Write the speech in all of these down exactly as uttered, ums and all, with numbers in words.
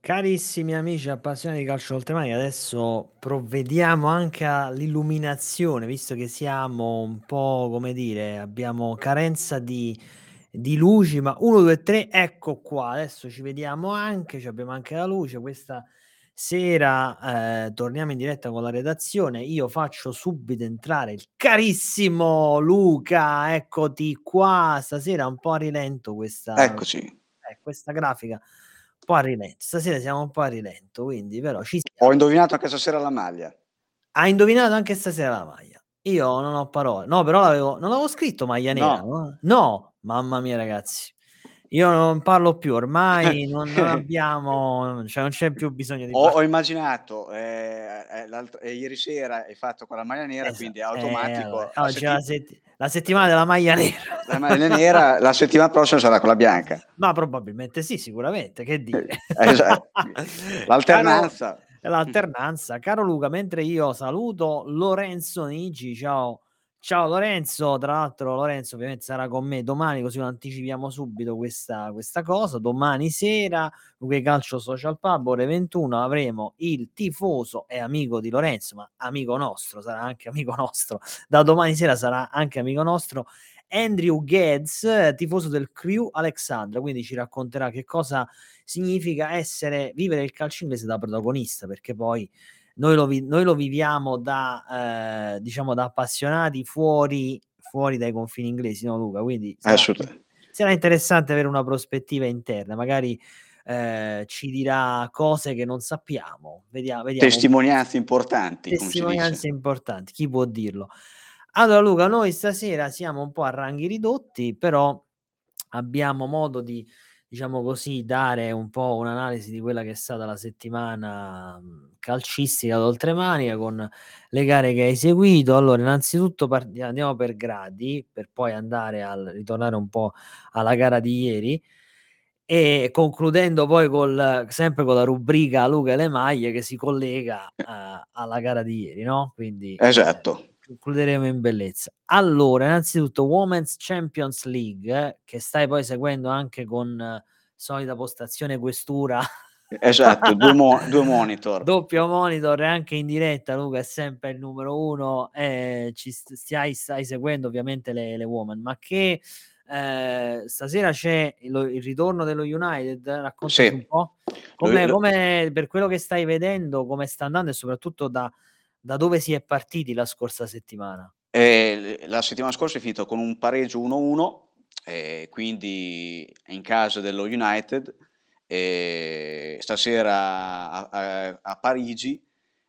Carissimi amici appassionati di calcio oltremanica, adesso provvediamo anche all'illuminazione, visto che siamo un po', come dire, abbiamo carenza di, di luci, ma uno, due, tre, ecco qua, adesso ci vediamo anche, ci abbiamo anche la luce, questa sera eh, torniamo in diretta con la redazione, io faccio subito entrare il carissimo Luca, eccoti qua, stasera un po' a rilento questa, Eccoci. eh, questa grafica. Un po' a rilento, stasera siamo un po' a rilento, quindi però ci Ho siamo. indovinato anche stasera la maglia. Ha indovinato anche stasera la maglia. Io non ho parole. No, però l'avevo non l'avevo scritto maglia nera, No. no? No, mamma mia ragazzi. Io non parlo più, ormai non non abbiamo cioè non c'è più bisogno di Ho par ho immaginato, ehm, ehm, l'alt ehm, ieri sera hai fatto con la maglia nera, Esa quindi è eh, allora, automatico la oggi è la setti setti la settimana della maglia nera. la maglia nera, la settimana prossima sarà quella bianca. Ma probabilmente sì, sicuramente, che dire. Eh, esa Caro l'alternanza. l'alternanza. Caro Luca, mentre io saluto Lorenzo Nigi, ciao ciao Lorenzo, tra l'altro Lorenzo ovviamente sarà con me domani, così lo anticipiamo subito questa questa cosa. Domani sera, Luque Calcio Social Pub, ore ventuno, avremo il tifoso e amico di Lorenzo, ma amico nostro, sarà anche amico nostro, da domani sera sarà anche amico nostro, Andrew Gedz, tifoso del Crew Alexandra, quindi ci racconterà che cosa significa essere vivere il calcio inglese da protagonista, perché poi noi lo vi noi lo viviamo da ehm, diciamo da appassionati fuori fuori dai confini inglesi, no Luca? Quindi sarà Assolutame sarà interessante avere una prospettiva interna, magari, ehm, ci dirà cose che non sappiamo. Vedia vediamo un po'. Testimonianze importanti, come si Testimonianze dice. importanti, chi può dirlo? Allora Luca, noi stasera siamo un po' a ranghi ridotti, però abbiamo modo di, diciamo così, dare un po' un'analisi di quella che è stata la settimana, mhmm, calcistica d'oltremanica con le gare che hai seguito. Allora, innanzitutto parti andiamo per gradi, per poi andare al ritornare un po' alla gara di ieri e concludendo poi col sempre con la rubrica Luca e le maglie che si collega a alla gara di ieri, no, quindi, ehm, Esatto. concluderemo in bellezza. Allora, innanzitutto Women's Champions League, che stai poi seguendo anche con solita postazione questura. Esatto, due mo due monitor. Doppio monitor e anche in diretta, Luca è sempre il numero uno, e ci st stiai stai seguendo ovviamente le le women, ma che ehm, stasera c'è lo il ritorno dello United? Raccontaci un Sì. po'. Lo Come lo come per quello che stai vedendo, come sta andando e soprattutto da da dove si è partiti la scorsa settimana? Ehm, l la settimana scorsa è finito con un pareggio uno uno, e quindi in casa dello United, e stasera a a a Parigi,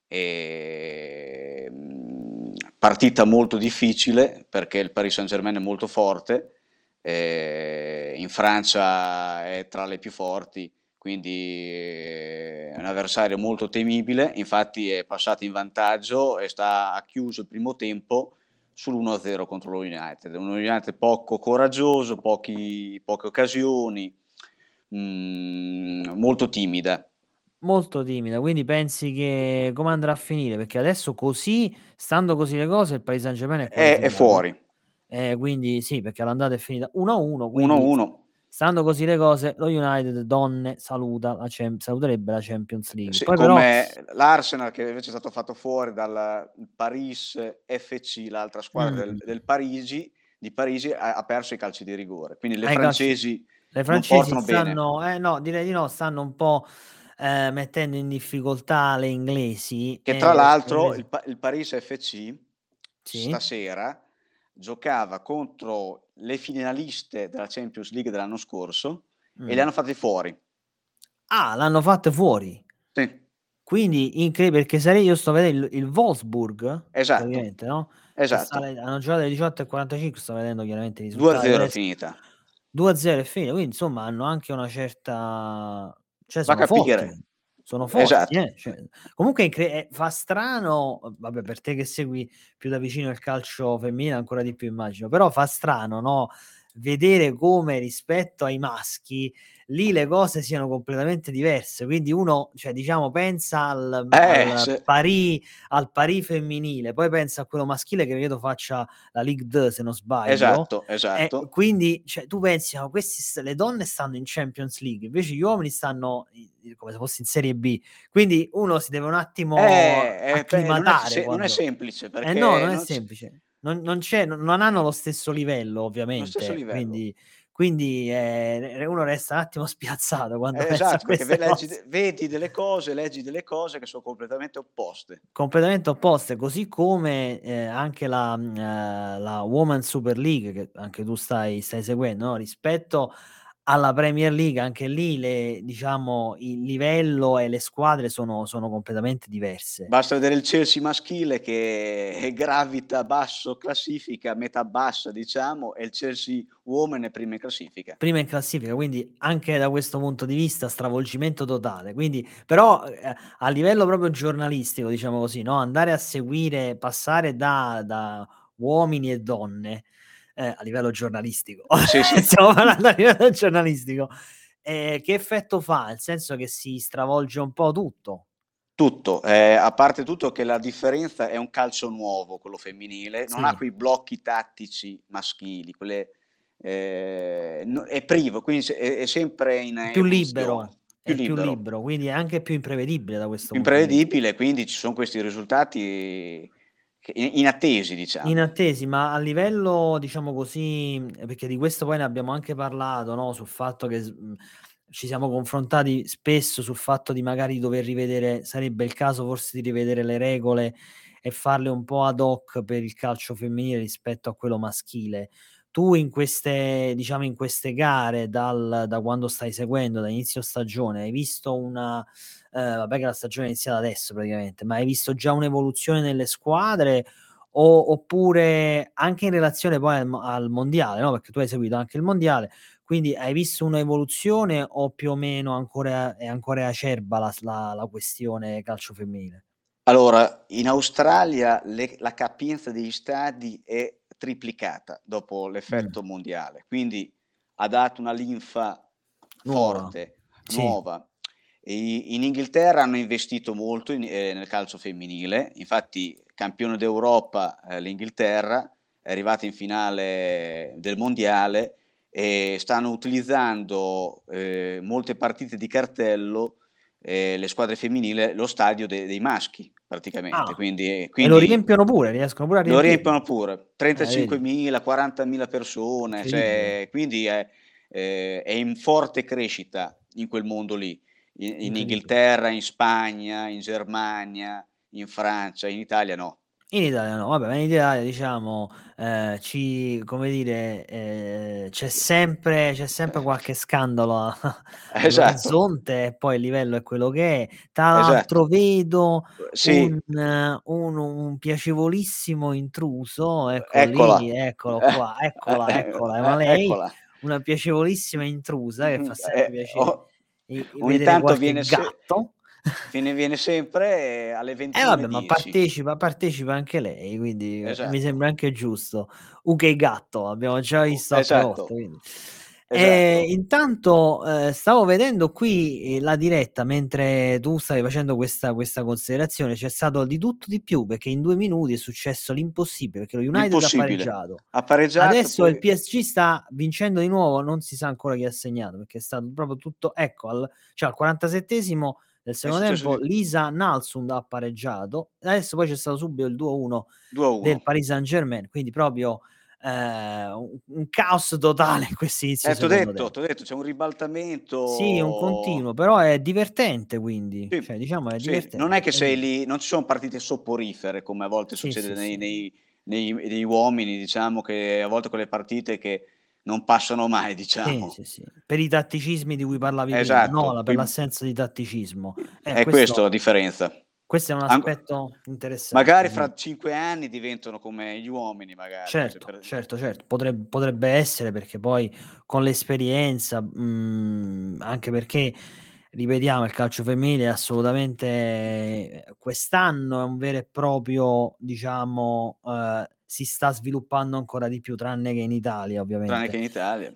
ehm, partita molto difficile perché il Paris Saint-Germain è molto forte, ehm, in Francia è tra le più forti, quindi è un avversario molto temibile, infatti è passato in vantaggio e sta ha chiuso il primo tempo sull'uno a zero contro lo United. Uno United poco coraggioso, pochi poche occasioni, mhmm, molto timida. Molto timida, quindi pensi che come andrà a finire? Perché adesso così stando così le cose, il Paris Saint-Germain è È è qualificato. fuori. Eh, quindi sì, perché all'andata è finita uno a uno, uno a quindi uno. stando così le cose, lo United, donne, saluta la Champ saluterebbe la Champions League. Sì, Poi però come l'Arsenal che invece è stato fatto fuori dal Paris F C, l'altra squadra del Mh. del Parigi di Parigi, ha ha perso i calci di rigore. Quindi le Ai calci francesi le non francesi portano bene. stanno eh no, direi di no, stanno un po', ehm, mettendo in difficoltà le inglesi, Che e tra sono l'altro il resi Pa il Paris F C Sì. stasera giocava contro le finaliste della Champions League dell'anno scorso e le Mh. hanno fatte fuori. Ah, l'hanno fatte fuori? Sì. Quindi incre perché sai io sto vedendo il il Wolfsburg, Esatto, praticamente, no, che sta esatto. alle hanno giocato alle diciotto e quarantacinque, sto vedendo chiaramente i due a risultati zero è adesso. finita. due a zero è finita, quindi insomma hanno anche una certa cioè Fa sono forti, capire. sono forti Esatto. eh, cioè comunque incre ehm, fa strano, uhm, vabbè per te che segui più da vicino il calcio femminile ancora di più immagino, però fa strano, no, vedere come rispetto ai maschi, lì le cose siano completamente diverse. Quindi uno, cioè diciamo, pensa al, Eh, al se Paris, al Paris femminile, poi pensa a quello maschile che credo faccia la Ligue due, se non sbaglio. esatto, E esatto. quindi cioè, tu pensi, oh, questi st- le donne stanno in Champions League, invece gli uomini stanno in- come se fosse in Serie B. Quindi uno si deve un attimo Eh, eh, pe non è acclimatare se non è quando... semplice Eh no, perché non è non c semplice. Non, non c'è, non non hanno lo stesso livello, lo stesso ovviamente. livello. Quindi, quindi eh, uno resta un attimo spiazzato quando Eh, pensa a esatto, perché ve queste leggi cose. de vedi delle cose, leggi delle cose che sono completamente opposte. Completamente opposte, così come eh, anche la, mh, eh, la Women's Super League, che anche tu stai, stai seguendo, no? Rispetto alla Premier League, anche lì le, diciamo, il livello e le squadre sono, sono completamente diverse. Basta vedere il Chelsea maschile che gravita basso classifica, metà bassa diciamo, e il Chelsea Women è prima in classifica. Prima in classifica, quindi anche da questo punto di vista stravolgimento totale. Quindi, però eh, a livello proprio giornalistico, diciamo così, no? Andare a seguire, passare da, da uomini e donne eh, a livello giornalistico, Sì, sì. stiamo parlando a livello giornalistico, eh, che effetto fa? Nel senso che si stravolge un po' tutto. Tutto, ehm, a parte tutto che la differenza è un calcio nuovo, quello femminile, non ha Sì, quei blocchi tattici maschili, quelle ehm, no è privo, quindi se è è sempre in è più evoluzione, libero, più è più libero, libero, quindi è anche più imprevedibile da questo più punto di vista. imprevedibile, quindi ci son questi risultati che i inattesi diciamo. Inattesi, ma a livello, diciamo così, mhmm, perché di questo poi ne abbiamo anche parlato, no, sul fatto che s mhmm, ci siamo confrontati spesso sul fatto di magari dover rivedere, sarebbe il caso forse di rivedere le regole e farle un po' ad hoc per il calcio femminile rispetto a quello maschile. Tu in queste, diciamo, in queste gare, dal da quando stai seguendo, da inizio stagione, hai visto una ehm, vabbè che la stagione è iniziata adesso praticamente, ma hai visto già un'evoluzione nelle squadre o oppure anche in relazione poi al mo al mondiale, no, perché tu hai seguito anche il mondiale, quindi hai visto un'evoluzione o più o meno ancora è ancora acerba la s la la questione calcio femminile? Allora, in Australia le la capienza degli stadi è triplicata dopo Mh, l'effetto mondiale, quindi ha dato una linfa nuova. forte, Sì. nuova. I in Inghilterra hanno investito molto in ehm, nel calcio femminile, infatti campione d'Europa, ehm, l'Inghilterra, è arrivata in finale del mondiale e stanno utilizzando, ehm, molte partite di cartello, ehm, le squadre femminile, lo stadio de dei maschi praticamente, Ah, quindi e lo quindi riempiono pure, riescono pure a lo riempirlo? riempiono pure, Eh, vedi? trentacinquemila, quarantamila persone, Incredibile, cioè quindi è ehm, è in forte crescita in quel mondo lì. I in incredibile. Inghilterra, in Spagna, in Germania, in Francia, in Italia no. In Italia no, vabbè, ma in Italia diciamo, ehm, ci come dire, ehm, c'è sempre c'è sempre qualche scandalo a Esatto, all'orizzonte e poi il livello è quello che è. Tra esatto. l'altro vedo Uhm, un sì, un un piacevolissimo intruso, ecco lì, eccola. eccolo Eh, qua, eh, eccola, eh, eccola, ma eh, lei, eccola. una piacevolissima intrusa che fa sempre Eh, piacere o i i ogni vedere tanto qualche viene se gatto. viene viene sempre alle Eh vabbè, ma ventuno e dieci. partecipa partecipa anche lei, quindi, ehm, mi Esatto. sembra anche giusto. Uca il gatto, abbiamo già O visto altre volte, esatto, quindi. Ehm, esatto. intanto, ehm, stavo vedendo qui, ehm, la diretta mentre tu stavi facendo questa questa considerazione, c'è stato di tutto di più, perché in due minuti è successo l'impossibile, perché lo United ha L'impossibile. pareggiato. Ha pareggiato Adesso il poi P S G sta vincendo di nuovo, non si sa ancora chi ha segnato, perché è stato proprio tutto ecco, al cioè al quarantasettesimo del è secondo successo tempo di Lisa Nalsund ha pareggiato, adesso poi c'è stato subito il due a uno due a uno. del Paris Saint-Germain, quindi proprio, ehm, un un caos totale in quest'inizio Eh, t'ho secondo detto, t'ho tempo. detto, c'è un Sì, un ribaltamento continuo, però è divertente quindi, sì, cioè diciamo è sì, non è divertente, che sei quindi lì non ci son partite soporifere come a volte sì, succede sì, nei sì. nei nei negli uomini, diciamo che a volte quelle partite che non passano mai, Sì, diciamo. sì, sì. Per i tatticismi di cui parlavi prima, no, Esatto, la per poi l'assenza di tatticismo. Eh, è questo la questo differenza. questo è un An aspetto interessante, magari sì. fra cinque anni diventano come gli uomini magari, se Certo, per certo, certo, potreb potrebbe essere perché poi con l'esperienza, mhmm, anche perché ripetiamo il calcio femminile è assolutamente ehm, quest'anno è un vero e proprio diciamo, ehm, si sta sviluppando ancora di più, tranne che in Italia tranne ovviamente. che in Italia.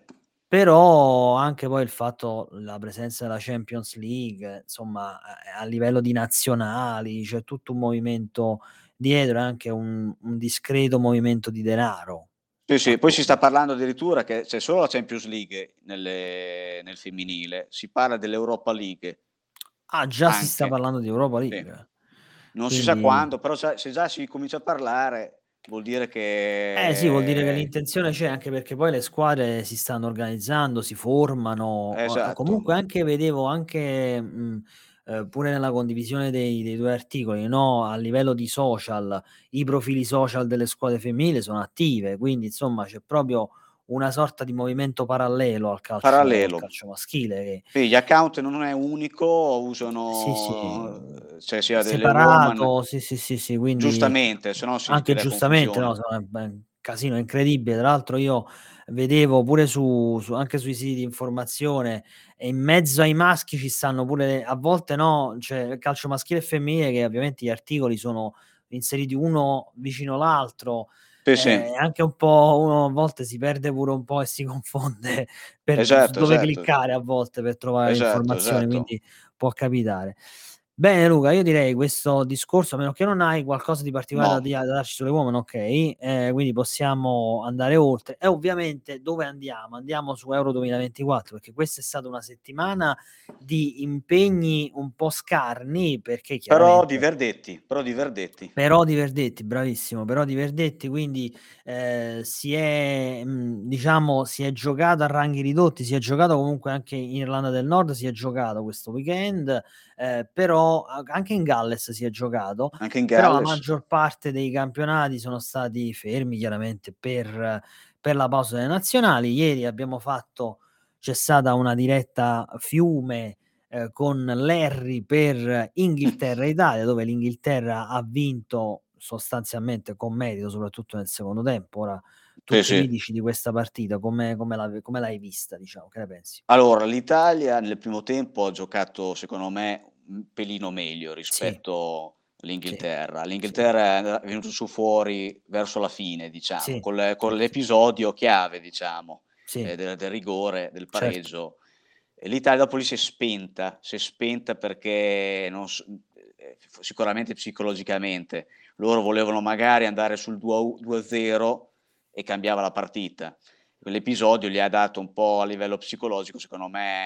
Però anche poi il fatto la presenza della Champions League, insomma, a a livello di nazionali, c'è tutto un movimento dietro e anche un un discreto movimento di denaro Sì, sì, poi si sta attorno. parlando addirittura che c'è solo la Champions League nelle nel femminile, si parla dell'Europa League Ah, già si sta anche. parlando di Europa Sì. League. Non si sa Quindi quando, però sa se già si comincia a parlare vuol dire Eh sì, vuol dire che che l'intenzione c'è, anche perché poi le squadre si stanno organizzando, si formano. O esatto. comunque anche vedevo anche, mhmm, ehm, pure nella condivisione dei dei tuoi articoli, no, a livello di social, i profili social delle squadre femminili sono attive, quindi insomma c'è proprio una sorta di movimento parallelo al calcio al Parallelo. calcio maschile che Sì, gli account non è unico, sì, sì, usano mhmm, cioè sia delle woman separato, sì, sì, sì, sì, quindi giustamente, se no si rischia anche della giustamente, no, confusione. sono è beh, un casino incredibile. Tra l'altro io vedevo pure su su anche sui siti di informazione e in mezzo ai maschi ci stanno pure a volte no, c'è calcio maschile e femminile che ovviamente gli articoli sono inseriti uno vicino l'altro, Sì, ehm, sì. anche un po' uno a volte si perde pure un po' e si confonde per d su Esatto, dove esatto. cliccare a volte per trovare le Esatto, informazioni, esatto. quindi può capitare. Bene Luca, io direi questo discorso, a meno che non hai qualcosa di particolare da No. di da darci sulle women, okay, ehm, quindi possiamo andare oltre. E ovviamente dove andiamo? Andiamo su Euro duemilaventiquattro, perché questa è stata una settimana di impegni un po' scarni, perché Però di chiaramente verdetti, però di verdetti. però di verdetti, bravissimo, però di verdetti, quindi, ehm, si è, mhmm, diciamo si è giocato a ranghi ridotti, si è giocato comunque anche in Irlanda del Nord, si è giocato questo weekend, ehm, però a anche in Galles si è giocato, Anche in però la Galles. maggior parte dei campionati sono stati fermi chiaramente per per la pausa delle nazionali. Ieri abbiamo fatto c'è stata una diretta fiume ehm, con Larry per Inghilterra e Italia, dove l'Inghilterra ha vinto sostanzialmente con merito, soprattutto nel secondo tempo. Ora tu Sì, che mi sì. dici di questa partita? Come come la come l'hai vista, diciamo, che ne pensi? Allora, l'Italia nel primo tempo ha giocato secondo me un pelino meglio Sì, rispetto sì, all'Inghilterra. sì, L'Inghilterra è venuto su fuori verso la fine, diciamo, sì, col con sì, sì, l'episodio chiave, diciamo, sì, ehm, del del rigore, del certo. pareggio. E l'Italia dopo lì si è spenta, si è spenta perché non s mhmm, ehm, f sicuramente psicologicamente. Loro volevano magari andare sul due a u due a zero e cambiava la partita. Quell'episodio gli ha dato un po' a livello psicologico, secondo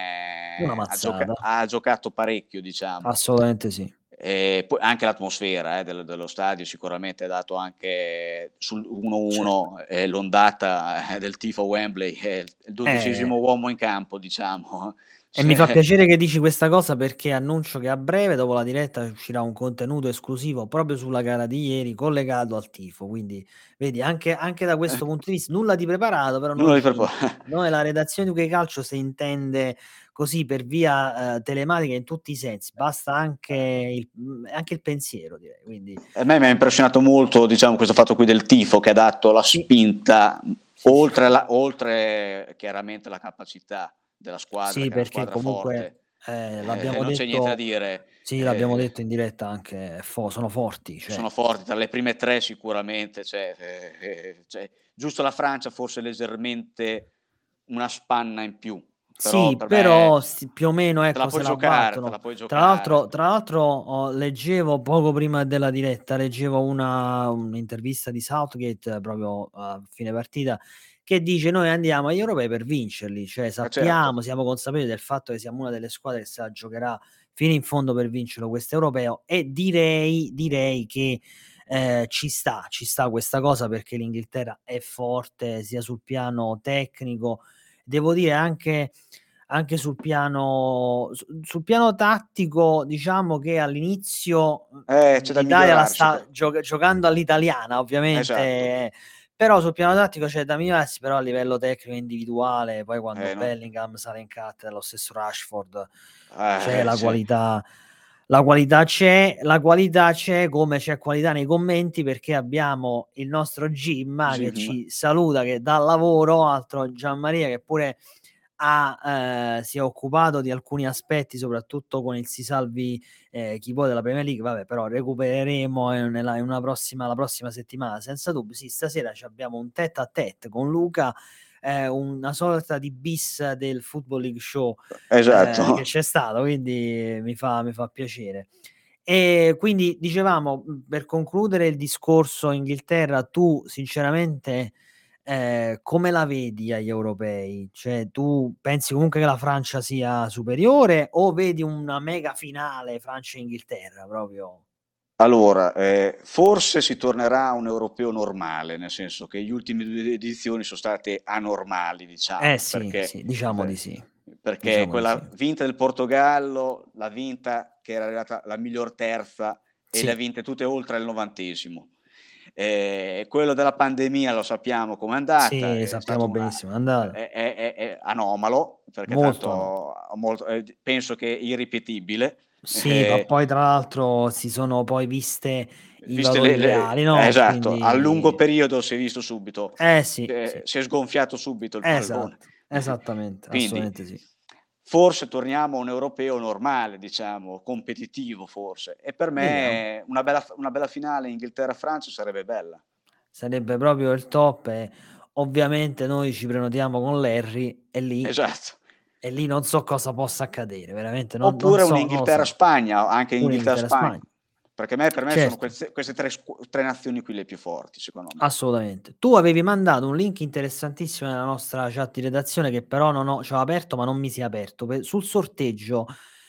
Una me ha gioca mazzata. ha giocato parecchio, diciamo. Assolutamente sì. E poi anche l'atmosfera, eh, del dello stadio sicuramente ha dato anche sul Certo. uno uno e l'ondata, eh, del tifo a Wembley, è il il Eh dodicesimo uomo in campo, diciamo. E mi fa Cioè piacere che dici questa cosa perché annuncio che a breve, dopo la diretta, uscirà un contenuto esclusivo proprio sulla gara di ieri collegato al tifo. Quindi vedi anche anche da eh, questo punto di vista nulla di preparato, però nulla noi di ci prepo noi la redazione di UK Calcio se intende così per via, ehm, telematica in tutti i sensi, basta anche il mhmm, anche il pensiero direi, quindi A me mi ha impressionato molto, diciamo, questo fatto qui del tifo che ha dato la sì, spinta, mhmm, sì, sì, oltre sì. la oltre chiaramente la capacità della squadra, Sì, che è una perché squadra comunque, forte, ehm, eh, l'abbiamo non c'è niente da detto dire. sì, l'abbiamo Ehm, detto in diretta anche, fo sono forti, sono cioè forti, tra le prime tre sicuramente, cioè, ehm, ehm, cioè giusto la Francia forse leggermente una spanna in più, però sì, per me però s più o meno, te la ecco, se puoi la giocare, te battono. la puoi Tra giocare. l'altro tra l'altro ho leggevo poco prima della diretta, leggevo una un'intervista di Southgate proprio a fine partita, che dice: "Noi andiamo agli europei per vincerli, cioè Eh certo. sappiamo, siamo consapevoli del fatto che siamo una delle squadre che se la giocherà fino in fondo per vincerlo questo europeo", e direi direi che, ehm, ci sta, ci sta questa cosa perché l'Inghilterra è forte sia sul piano tecnico, devo dire anche anche sul piano su sul piano tattico diciamo che all'inizio, Eh, mhmm, c'è da l'Italia la migliorarsi sta per gioc giocando all'italiana esatto. ovviamente, però sul piano tattico c'è da migliorarsi, però a livello tecnico individuale, poi quando Eh, no. Bellingham sale in cattedra, lo stesso Rashford, c'è Eh, la cioè qualità la qualità c'è, la qualità c'è come c'è qualità nei commenti perché abbiamo il nostro Gimma che Jim. ci saluta, che dà lavoro, altro Gianmaria che pure ha ehm, si è occupato di alcuni aspetti, soprattutto con il Si Salvi, ehm, Chi Può della Premier League, vabbè però recupereremo, ehm, nella in una prossima la prossima settimana senza dubbio. Sì, stasera c'abbiamo un tête à tête con Luca, è una sorta di bis del Football League Show Esatto. eh, che c'è stato, quindi mi fa, mi fa piacere. E quindi dicevamo, per concludere il discorso Inghilterra, tu sinceramente eh, come la vedi agli europei? Cioè, tu pensi comunque che la Francia sia superiore o vedi una mega finale Francia-Inghilterra proprio? Allora, eh, forse si tornerà a un europeo normale, nel senso che gli ultimi due edizioni sono state anormali, Eh diciamo, sì, perché, sì, diciamo di per- sì, perché diciamo di sì. quella vinta del Portogallo, l'ha vinta che era arrivata la miglior terza e le ha Sì, vinte tutte oltre il novantesimo. Eh, quello della pandemia lo sappiamo com'è andata, sì, è stato sappiamo una, benissimo, è andata è, è- è- è anomalo, perché molto a no. tanto molto- eh, penso che irripetibile. Sì, ma Eh, poi tra l'altro si sono poi viste i Viste le valori le reali, eh, no? esatto, a lungo Quindi periodo si è visto subito, eh sì, ehm, sì, si è sgonfiato subito il pallone. esatto, esattamente, Quindi, assolutamente sì. forse torniamo a un europeo normale, diciamo, competitivo forse. E per Vediamo. me una bella f una bella finale Inghilterra-Francia sarebbe bella. Sarebbe proprio il top e ovviamente noi ci prenotiamo con Larry e lì Esatto. e lì non so cosa possa accadere, veramente non non Oppure un so, non lo so. Inghilterra-Spagna, anche Pure Inghilterra-Spagna. Inghilterra-Spagna. Perché a me per me sono Certo, queste queste tre squ tre nazioni qui le più forti, secondo me. assolutamente. Tu avevi mandato un link interessantissimo nella nostra chat di redazione che però non ho c'ho aperto, ma non mi si è aperto. Pe sul sorteggio,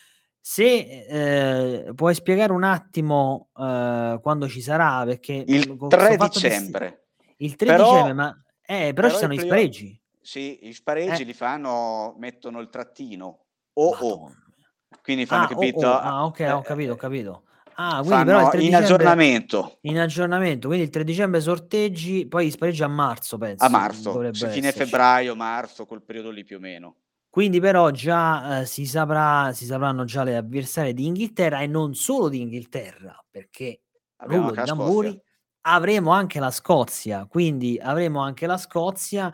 se, ehm, puoi spiegare un attimo, ehm, quando ci sarà, perché, mhmm, Il con 'sto tre fatto di sti dicembre. il tre dicembre, Però ma eh, però ci però i sono gli playoff spareggi. sì, gli spareggi Eh. li fanno mettono il trattino, o o. Madonna mia. Quindi fanno Ah, oh, capito, oh, a ah okay, eh, ho eh, capito, ho eh, capito. Ah, quindi però il fanno tre in dicembre aggiornamento in aggiornamento, quindi il tre dicembre sorteggi, poi gli spareggi a marzo a penso, marzo, se dovrebbero fine esserci. febbraio, marzo, quel periodo lì più o meno. Quindi però già, ehm, si saprà si sapranno già le avversarie di Inghilterra e non solo di Inghilterra, perché, Abbiamo rullo anche di la Scozia. tamburi, avremo anche la Scozia. Quindi avremo anche la Scozia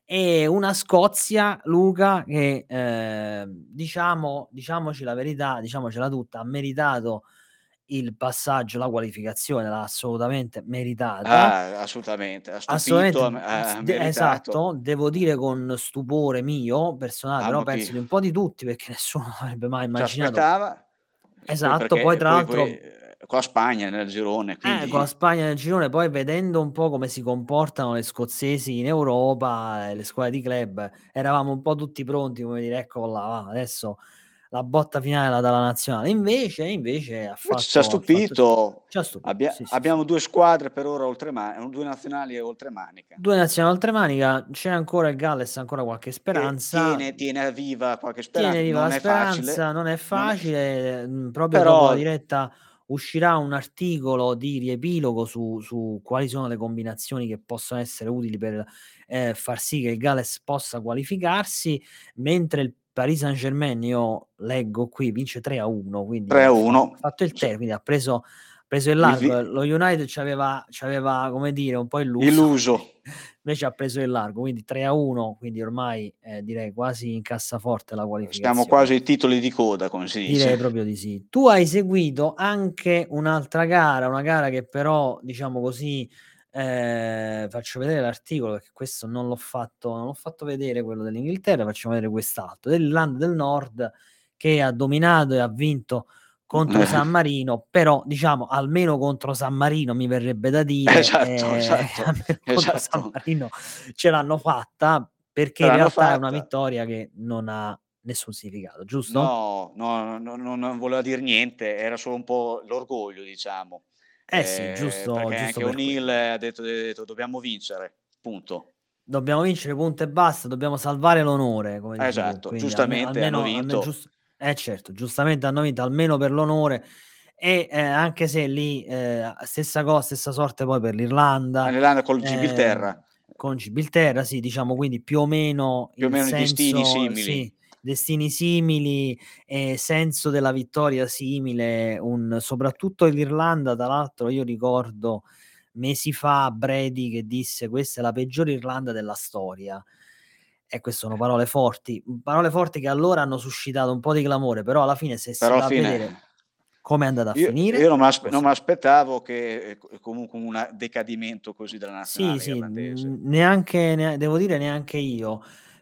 e una Scozia, Luca, che, ehm, diciamo diciamoci la verità, diciamocela tutta, ha meritato il passaggio, la qualificazione, l'ha assolutamente meritata. Ah, assolutamente, ha stupito, Assolutamente, ha mhmm, s ha de meritato. esatto, devo dire con stupore mio personale, però Mamma mia. penso di un po' di tutti, perché nessuno avrebbe mai Ci immaginato aspettava, e poi esatto, poi perché tra poi poi, l'altro ehm, con la Spagna nel girone, eh, con la quindi Spagna nel girone, poi vedendo un po' come si comportano le scozzesi in Europa e le squadre di club, eravamo un po' tutti pronti, come dire: "Eccolo là, va, adesso la botta finale la dà la nazionale." Invece invece ha invece ci ha fatto ha fatto st stupito. ci ha stupito, Abbia sì, sì, sì. abbiamo due squadre per ora oltrema due nazionali oltremanica, due nazionali oltremanica, c'è ancora il Galles, ancora qualche che speranza. tiene tiene viva qualche Tiene speranza. viva la Non è speranza, facile, non è non è f facile, mhmm, proprio dopo la però diretta uscirà un articolo di riepilogo su su quali sono le combinazioni che possono essere utili per, ehm, far sì che il Galles possa qualificarsi, mentre il Paris Saint-Germain, io leggo qui, vince tre a uno, quindi tre a ha fa uno. fatto il S te quindi ha preso preso il il vi largo. Lo United c'aveva c'aveva, come dire, un po' illuso, illuso. invece ha preso il largo, quindi tre a uno, quindi ormai, ehm, direi quasi in cassaforte la Siamo qualificazione. quasi ai titoli di coda, come si Direi dice. proprio di sì. Tu hai seguito anche un'altra gara, una gara che però, diciamo così, ehm, faccio vedere l'articolo perché questo non l'ho fatto non l'ho fatto vedere quello dell'Inghilterra, facciamo vedere quest'altro, dell'Irlanda del Nord che ha dominato e ha vinto contro San Marino, però diciamo almeno contro San Marino mi verrebbe da dire, Esatto, ehm, esatto, almeno contro San esatto. Marino ce l'hanno fatta, perché Ce in l'hanno realtà è una fatta. vittoria che non ha nessun significato, giusto? No, no, no, no, non voleva dir niente, era solo un po' l'orgoglio, diciamo. Eh sì, Ehm, giusto perché giusto anche per O'Neill quello. ha detto ha detto: "Dobbiamo vincere, punto." Dobbiamo vincere, punto e basta, dobbiamo salvare l'onore, come dici tu. Esatto, Quindi alme giustamente hanno almeno alme vinto. gius eh certo, giustamente hanno vinto almeno per l'onore e, ehm, anche se lì, ehm, stessa co stessa sorte poi per l'Irlanda, All'Irlanda col ehm, Gibilterra, con Gibilterra, sì, diciamo quindi più o meno più o il meno i destini senso simili. sì, destini simili e senso della vittoria simile, un soprattutto l'Irlanda, tra l'altro io ricordo mesi fa Brady che disse: "Questa è la peggiore Irlanda della storia." E queste sono parole forti, mhmm, parole forti che allora hanno suscitato un po' di clamore, però alla fine se si Però alla va a vedere fine Come è andata a Io finire? io non me l'aspe non Così. me l'aspettavo che, ehm, comunque un decadimento così della Sì, nazionale sì, irlandese. n neanche nea devo dire neanche io,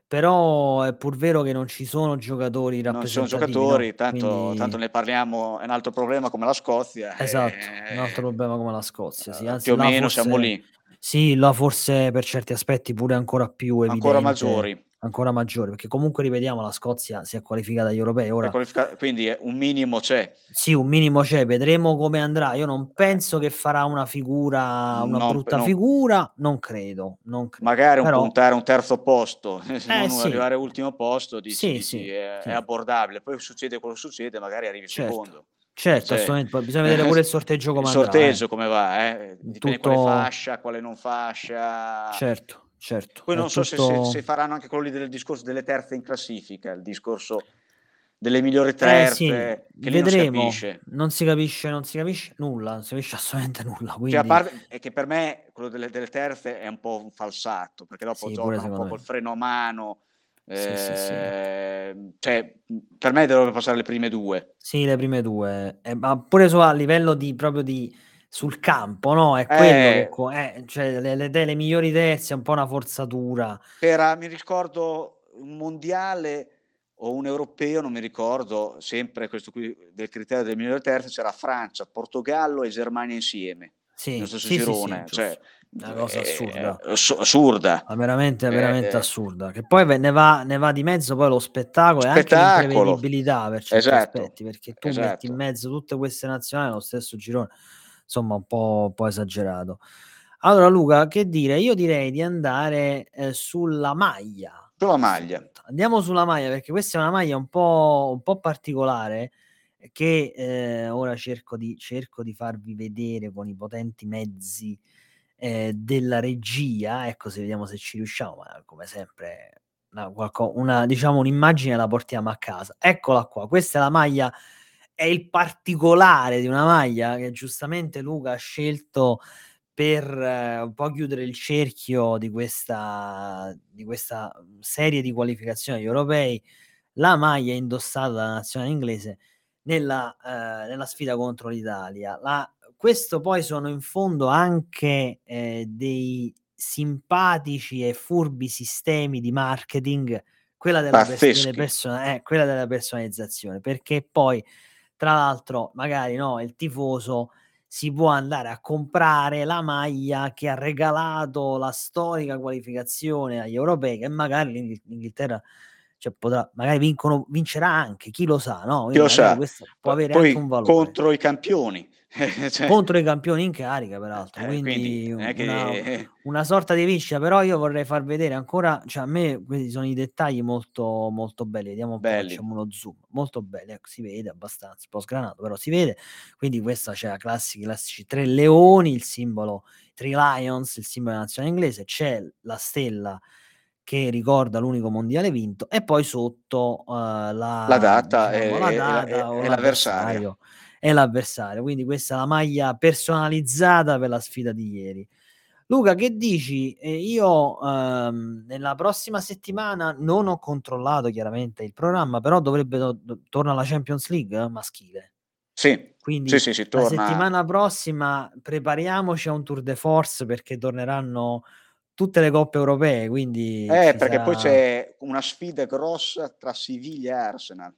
però è pur vero che non ci sono giocatori Non ci sono rappresentativi, no, giocatori, tanto tanto quindi ne parliamo è un altro problema come la Scozia, esatto, un altro ehm, problema come la Scozia, sì, uhm, anzi più o là meno siamo forse lì. sì, là forse per certi aspetti pure ancora più Ancora evidente, maggiori. ancora maggiore, perché comunque ripetiamo la Scozia si è qualificata agli europei, È ora qualifica quindi, ehm, un minimo c'è. sì, un minimo c'è, vedremo come andrà. Io non Eh. penso che farà una figura una Non p brutta non figura, non credo, non credo. Magari un Però puntare a un terzo posto, se eh non sì, arrivare ultimo posto dici sì, dici: sì, "È è sì, abbordabile." Poi succede quello che succede, magari arrivi certo, secondo. Eh, certo, cioè assolutamente, poi bisogna vedere pure il sorteggio il come andrà, eh. sorteggio come va, eh, In dipende quale tutto fascia, quale non fascia. certo, certo, Poi è non so se se tutto se faranno anche quello lì del discorso delle terze in classifica, il discorso delle migliori eh sì, terze, che lì non si vedremo. capisce. Non si capisce non si capisce nulla, non si capisce assolutamente nulla, Cioè a quindi parte è che per me quello delle delle terze è un po' un falsatto, perché dopo sì, pure giocano un secondo po' col me. freno a mano, Sì, sì, sì. ehm, cioè, mhmm, per me dovrebbero passare le prime due. Sì, le prime due, eh, ma pure so a livello di proprio di sul campo, no, è quello che Eh, co eh, cioè le le te le migliori terze è un po' una forzatura. era mi ricordo un mondiale o un europeo, non mi ricordo, sempre questo qui del criterio delle migliori terze, c'era Francia, Portogallo e Germania insieme, nello Sì, stesso sì, sì, sì, girone, cioè, giusto. È una cosa ehm, assurda, assu assurda. ma veramente veramente Ehm, assurda. Che poi ve ne va ne va di mezzo poi lo spettacolo e anche spettacolo. l'imprevedibilità per certi Esatto, aspetti, perché tu metti in esatto. mezzo tutte queste nazionali nello stesso girone, insomma un po' un po' esagerato. Allora Luca, che dire, io direi di andare, ehm, sulla maglia a Sulla questo maglia. punto. Andiamo sulla maglia perché questa è una maglia un po' un po' particolare che, ehm, ora cerco di cerco di farvi vedere con i potenti mezzi, ehm, della regia, ecco se vediamo se ci riusciamo, ma come sempre una qualco una diciamo un'immagine la portiamo a casa. Eccola qua, questa è la maglia è il particolare di una maglia che giustamente Luca ha scelto per eh, un po' chiudere il cerchio di questa di questa, mhmm, serie di qualificazioni agli europei, la maglia indossata dalla nazionale inglese nella ehm, nella sfida contro l'Italia. La questo poi sono in fondo anche, ehm, dei simpatici e furbi sistemi di marketing, quella della pers delle Pazzeschi. persona eh, quella della personalizzazione, perché poi tra l'altro magari, no, il tifoso si può andare a comprare la maglia che ha regalato la storica qualificazione agli europei, che magari l'Inghi l'Inghilterra cioè potrà magari vincono vincerà anche, chi lo sa, no, Chi quindi lo magari sa? questo può P avere anche un poi valore. contro i campioni, cioè, Contro i campioni in carica peraltro, eh, quindi quindi non è una che una sorta di vincita, però io vorrei far vedere ancora cioè a me questi sono i dettagli molto molto belli, vediamo un po', belli. facciamo uno zoom, molto belli, ecco si vede abbastanza, un po' sgranato, però si vede. Quindi questa c'è la classici classici tre leoni, il simbolo Three Lions, il simbolo della nazione inglese, c'è la stella che ricorda l'unico mondiale vinto e poi sotto, uhm, La la data diciamo la e e la e data o e l'avversaria. l'avversario e l'avversario. Quindi questa è la maglia personalizzata per la sfida di ieri. Luca, che dici? Ehm, io, uhm, nella prossima settimana non ho controllato chiaramente il programma, però dovrebbe to d torna la Champions League maschile. Sì, sì, Quindi sì, si la torna settimana prossima prepariamoci a un tour de force perché torneranno tutte le coppe europee, quindi eh, ci perché poi sarà c'è una sfida grossa tra Siviglia e Arsenal,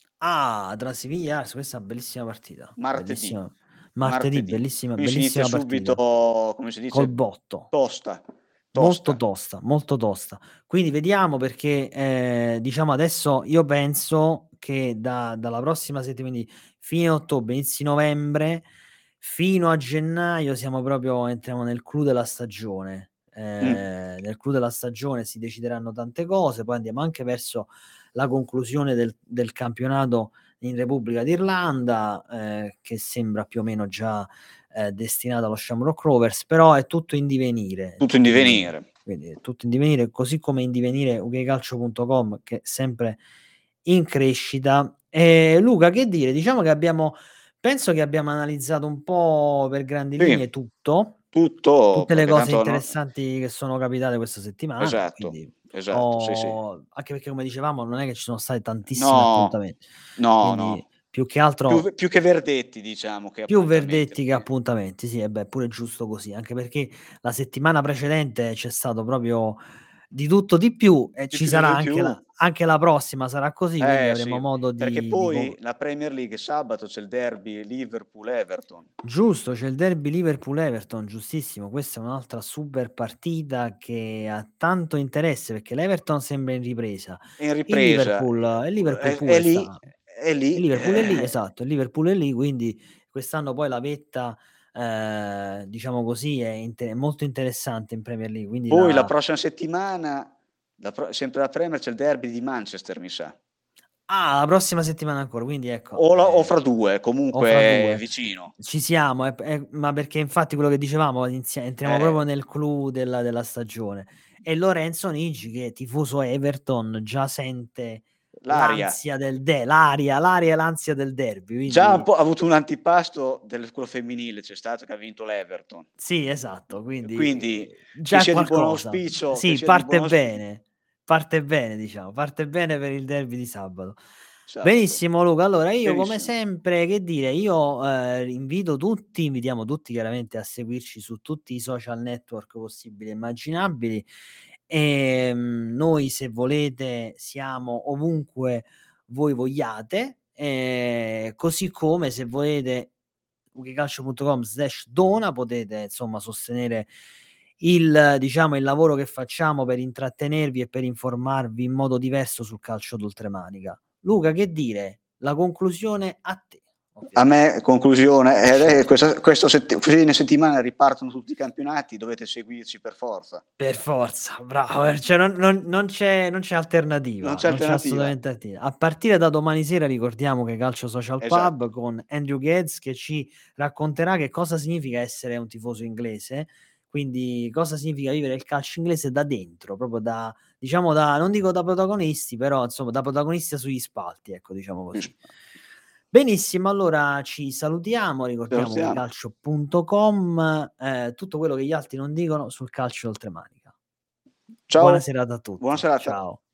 ah, tra Siviglia e Ars questa è una bellissima partita, martedì. bellissima. Martedì, Martedì. bellissima Quindi si inizia bellissima subito, partita. come si Col dice, botto. tosta, Molto tosta. tosta, molto tosta. Quindi vediamo perché, ehm, diciamo adesso io penso che da dalla prossima sett quindi fine ottobre, inizi novembre, fino a gennaio siamo proprio entriamo nel clou della stagione. Mh. Ehm, nel clou della stagione si decideranno tante cose, poi andiamo anche verso la conclusione del del campionato in Repubblica d'Irlanda, ehm, che sembra più o meno già ehm, destinato allo Shamrock Rovers, però è tutto in divenire, è Tutto in tutto in divenire. divenire. Quindi è tutto in divenire, così come in divenire u k i calcio punto com che è sempre in crescita. Ehm, Luca che dire, diciamo che abbiamo penso che abbiamo analizzato un po' per grandi linee Sì, tutto, tutto tutte le perché cose tanto no interessanti che sono capitate questa settimana, esatto, quindi esatto, sì, sì. ho anche perché come dicevamo non è che ci sono stati tantissimi No, appuntamenti, no, quindi no. più che altro Più più che verdetti diciamo che più appuntamenti, verdetti che perché appuntamenti, sì, e beh, pure giusto così, anche perché la settimana precedente c'è stato proprio di tutto di più e di ci tutto sarà di anche più. la anche la prossima sarà così, quindi Eh avremo sì, modo perché di di poi co la Premier League sabato c'è il derby Liverpool-Everton. giusto, c'è il derby Liverpool-Everton, giustissimo. Questa è un'altra super partita che ha tanto interesse, perché l'Everton sembra in ripresa. È in Il ripresa, Liverpool il ehm, Liverpool è è pure lì sta è il lì, Liverpool è lì, eh. esatto, il Liverpool è lì, quindi quest'anno poi la vetta, ehm, diciamo così, è inte molto interessante in Premier League, quindi Poi la la prossima settimana, la pro sempre la Premier, c'è il derby di Manchester, mi sa. ah, la prossima settimana ancora, quindi ecco, O la o ehm, fra due, o fra comunque è due. vicino. Ci siamo, è p è ma perché infatti quello che dicevamo inizia entriamo Eh. proprio nel clou della della stagione. E Lorenzo Nigi, che è tifoso Everton, già sente L'aria. l'ansia del de l'aria l'aria e l'ansia del derby, Già un quindi po' ha avuto un antipasto del quello femminile c'è stato, che ha vinto l'Everton. sì, esatto, Quindi quindi che già è sia di buon qualcosa. auspicio che Sì, sia di buon parte auspi bene, parte bene diciamo, parte bene per il derby di sabato. sabato. Benissimo Luca, allora io come Benissimo. sempre, che dire, io, ehm, invito tutti invitiamo tutti chiaramente a seguirci su tutti i social network possibili e immaginabili. Ehm, noi se volete siamo ovunque voi vogliate, ehm, così come se volete wicalcio punto com slash dona potete insomma sostenere il diciamo, il lavoro che facciamo per intrattenervi e per informarvi in modo diverso sul calcio d'oltremanica. Luca, che dire? La conclusione a te, A ovviamente. me conclusione, ed è questa questo sett fine settimana ripartono tutti i campionati, dovete seguirci per forza. Per forza, bravo, eh, cioè non non non c'è non c'è Non alternativa, c'è non c'è alternativa. assolutamente alti a partire da domani sera ricordiamo che Calcio Social Pub Esatto. con Andrew Ghez che ci racconterà che cosa significa essere un tifoso inglese, quindi cosa significa vivere il calcio inglese da dentro, proprio da diciamo da non dico da protagonisti, però insomma da protagonista sugli spalti, ecco, diciamo così. Benissimo, allora ci salutiamo, ricordiamo Salutiamo. wicalcio punto com, ehm, tutto quello che gli altri non dicono sul calcio oltremanica. Buona Ciao, serata a buona tutti. serata. Ciao.